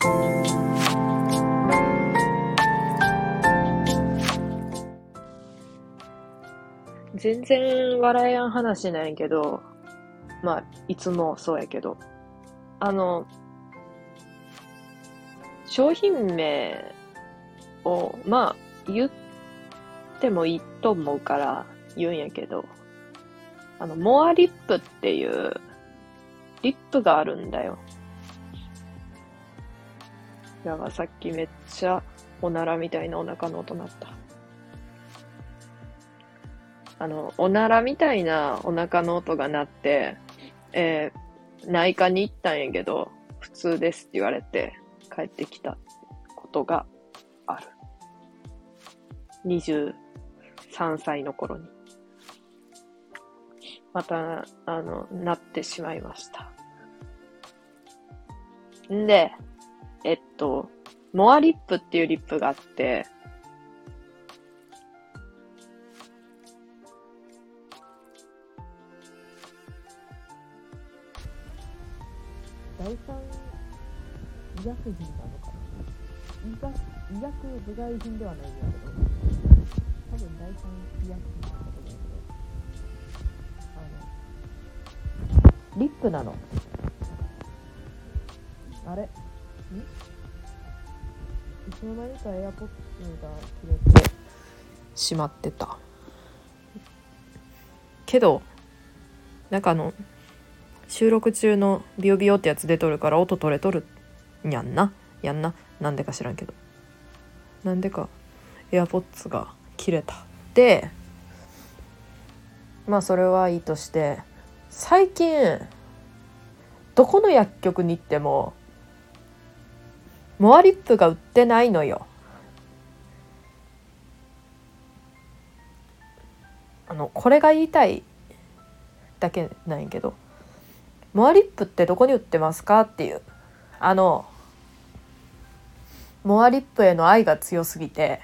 全然笑えやん話なんやけど、まあ、いつもそうやけど、あの、商品名を、まあ、言ってもいいと思うから言うんやけど、モアリップっていうリップがあるんだよ。だからさっきめっちゃおならみたいなお腹の音鳴った。おならみたいなお腹の音が鳴って、内科に行ったんやけど、普通ですって言われて帰ってきたことがある。23歳の頃に。また、なってしまいました。んで、モアリップっていうリップがあって、第三医薬品なのかな、医薬部外品ではないんだけど、多分第三医薬品だったと思うんだけど、リップなの。あれ？いつの間にかエアポッツが切れてしまってた。けど、なんか収録中のビヨビヨってやつ出とるから音取れとるんやんな。なんでか知らんけど。なんでかエアポッツが切れた。で、まあそれはいいとして、最近どこの薬局に行ってもモアリップが売ってないのよ。これが言いたいだけなんやけど、モアリップってどこに売ってますかっていう、モアリップへの愛が強すぎて、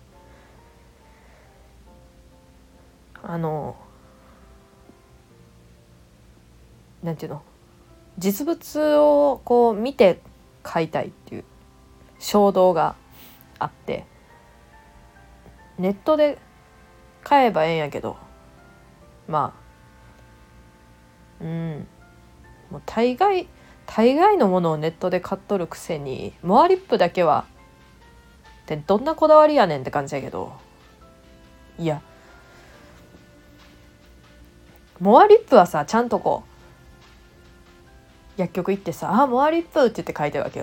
なんていうの、実物をこう見て買いたいっていう衝動があって、ネットで買えばええんやけど、まあもう大概のものをネットで買っとるくせに、モアリップだけはってどんなこだわりやねんって感じやけど、いやモアリップはさ、ちゃんとこう薬局行ってさ、モアリップって言って書いてるわけよ。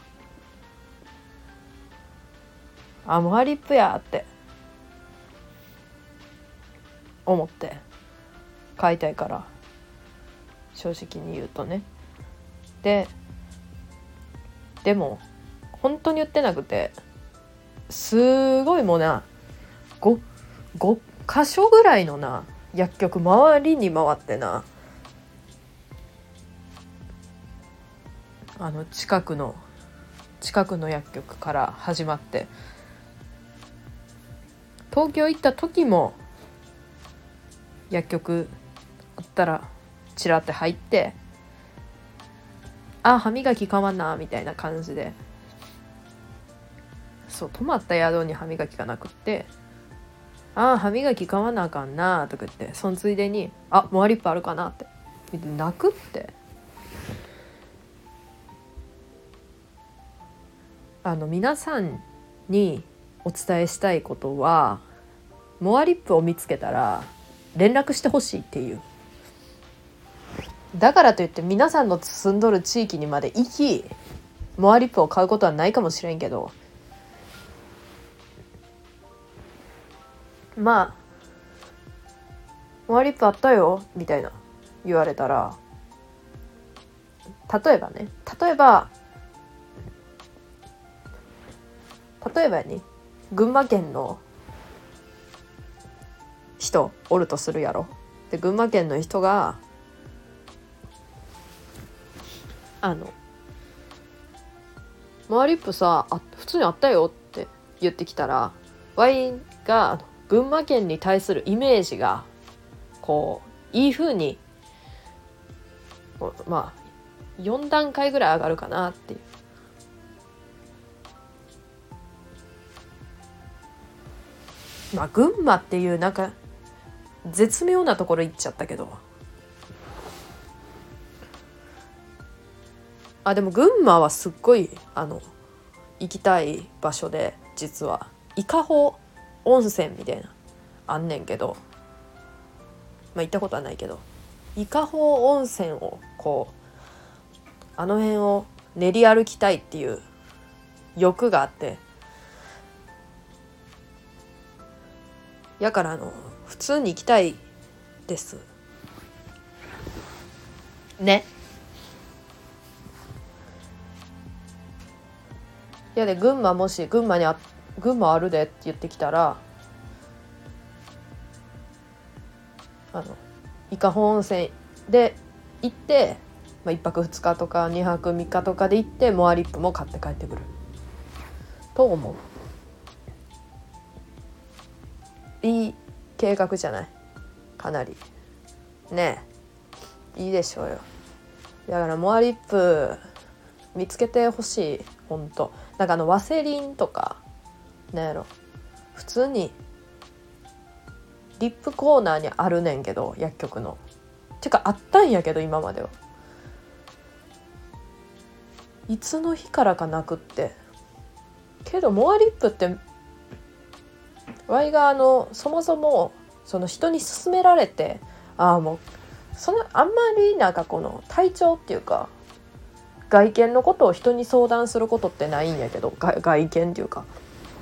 モアリップやって思って買いたいから、正直に言うとね。でも本当に売ってなくて、すごいもうな、5箇所ぐらいのな薬局周りに回ってな、近くの薬局から始まって、東京行った時も薬局あったらチラって入って、歯磨きかわんなみたいな感じで、そう泊まった宿に歯磨きがなくって、歯磨き買わなあかんなとか言って、そのついでにモアリップあるかなって見て泣くって。皆さんにお伝えしたいことは、モアリップを見つけたら連絡してほしいっていう。だからといって皆さんの住んどる地域にまで行きモアリップを買うことはないかもしれんけど、まあモアリップあったよみたいな言われたら、例えばに群馬県の人おるとするやろ。で群馬県の人がモアリップさ普通にあったよって言ってきたら、ワインが群馬県に対するイメージがこういい風に4段階ぐらい上がるかなっていう。 まあ群馬っていうなんか絶妙なところ行っちゃったけど、でも群馬はすっごい行きたい場所で、実は伊香保温泉みたいなあんねんけど、まあ行ったことはないけど、伊香保温泉をこうあの辺を練り歩きたいっていう欲があって、やから普通に行きたいですね。いやでもし群馬あるでって言ってきたら、伊香保温泉で行って、1泊2日とか2泊3日とかで行ってモアリップも買って帰ってくると思う。いい計画じゃない？かなりねえ、いいでしょうよ。だからモアリップ見つけてほしい。ほんとなんかワセリンとかなんやろ、普通にリップコーナーにあるねんけど、薬局のてかあったんやけど、今まではいつの日からかなくって、けどモアリップってワイがそもそもその人に勧められて、もうあんまりなんかこの体調っていうか外見のことを人に相談することってないんやけど、外見っていうか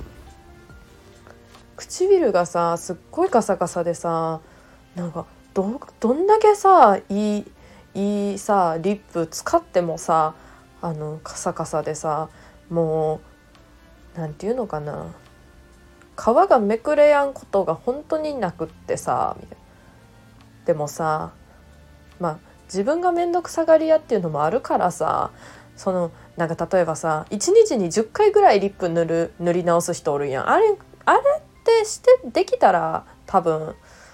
唇がさすっごいカサカサでさ、なんかどんだけさいいさリップ使ってもさカサカサでさ、もうなんていうのかな、皮がめくれやんことが本当になくってさ、みたいな。でもさ、自分がめんどくさがり屋っていうのもあるからさ、なんか例えばさ1日に10回ぐらいリップ塗り直す人おるやん。あれってできたら多分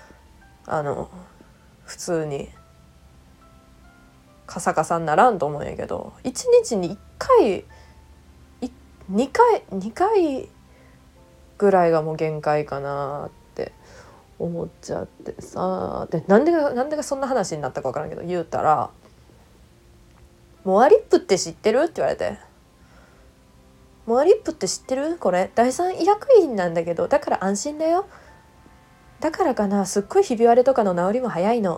普通にカサカサにならんと思うんやけど、1日に1回2回ぐらいがもう限界かなって思っちゃってさ。でなんでかそんな話になったか分からんけど、言うたらモアリップって知ってるって言われて、モアリップって知ってる？これ第三医薬品なんだけど、だから安心だよ。だからかな、すっごいひび割れとかの治りも早いの。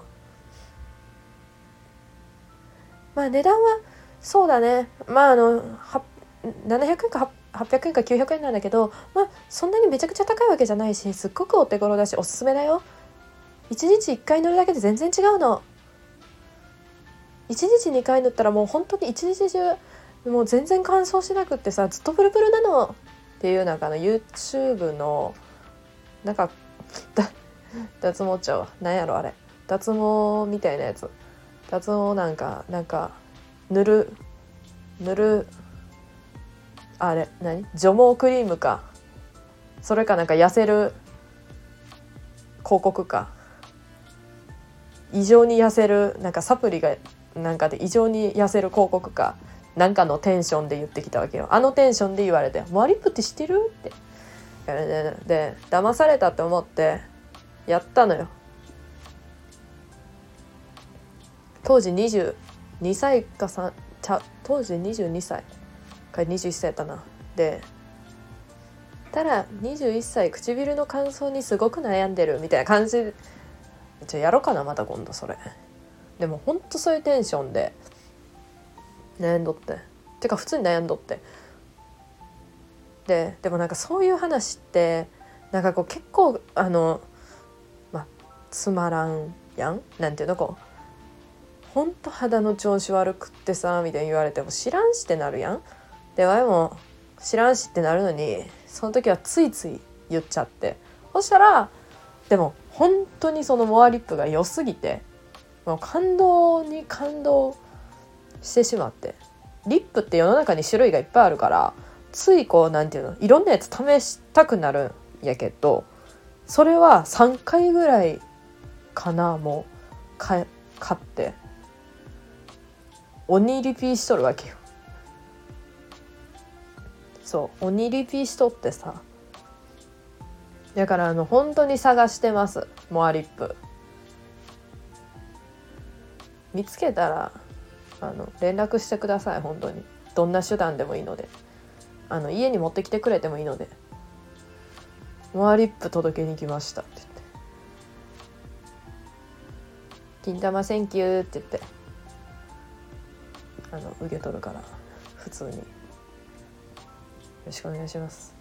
値段はそうだね、700円か800円か900円なんだけど、そんなにめちゃくちゃ高いわけじゃないし、すっごくお手頃だしおすすめだよ。1日1回塗るだけで全然違うの。1日2回塗ったらもう本当に一日中もう全然乾燥しなくってさ、ずっとプルプルなのっていう、なんかYouTube のなんか脱毛帳なんやろあれ、脱毛みたいなやつ、脱毛なんか塗るあれ除毛クリームか、それかなんか痩せる広告か、異常に痩せるなんかサプリがなんかで異常に痩せる広告かなんかのテンションで言ってきたわけよ。テンションで言われて、モアリップって知ってるってで騙されたって思ってやったのよ。当時22歳か当時22歳か21歳やったな。でたら21歳唇の乾燥にすごく悩んでるみたいな感じで、やろうかなまた今度それ。でもほんとそういうテンションで悩んどって、てか普通に悩んどって、でもなんかそういう話ってなんかこう結構つまらんやん。なんていうの、こうほんと肌の調子悪くってさみたいに言われても知らんしってなるやん。でわいも知らんしってなるのに、その時はついつい言っちゃって、そしたらでも本当にそのモアリップが良すぎて、もう感動に感動してしまって、リップって世の中に種類がいっぱいあるから、ついこうなんていうの、いろんなやつ試したくなるんやけど、それは3回ぐらいかな、もう買って鬼リピしとるわけよ。そう鬼リピしとってさ、 だから本当に探してます。モアリップ見つけたら連絡してください。本当にどんな手段でもいいので、家に持ってきてくれてもいいので、モアリップ届けに来ましたって言って、金玉センキューって言って受け取るから、普通によろしくお願いします。